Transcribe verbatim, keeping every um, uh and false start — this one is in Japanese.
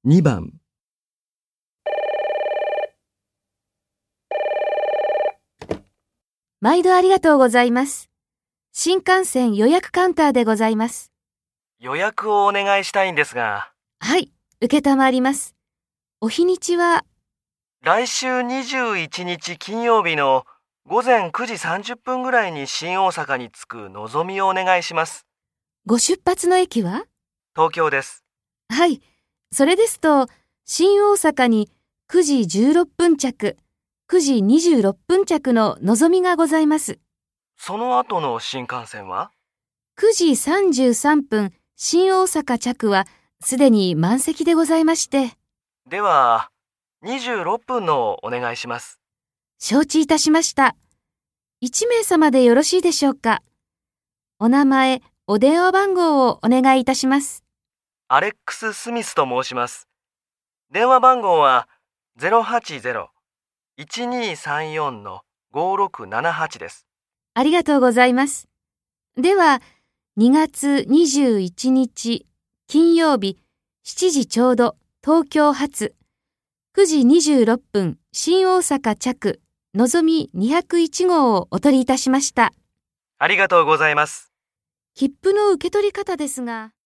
にばん。 毎度ありがとうございます。新幹線予約カウンターでございます。 予約をお願いしたいんですが。 はい、受けたまわります。お日にちは？ 来週にじゅういちにち金曜日のごぜんくじさんじゅっぷんぐらいに新大阪に着くのぞみをお願いします。 ご出発の駅は？ 東京です。 はい、それですと、新大阪にくじじゅうろっぷん着、くじにじゅうろっぷん着ののぞみがございます。 その後の新幹線は？ くじさんじゅうさんぷん新大阪着はすでに満席でございまして。 では、にじゅうろっぷんのをお願いします。 承知いたしました。いちめいさまでよろしいでしょうか。お名前、お電話番号をお願いいたします。 アレックス・スミスと申します。電話番号は ゼロはちゼロ いちにさんよん ごろくななはち です。 ありがとうございます。では、にがつにじゅういちにち金曜日しちじちょうど東京発くじにじゅうろっぷん新大阪着のぞみにひゃくいちごうをお取りいたしました。 ありがとうございます。 切符の受け取り方ですが。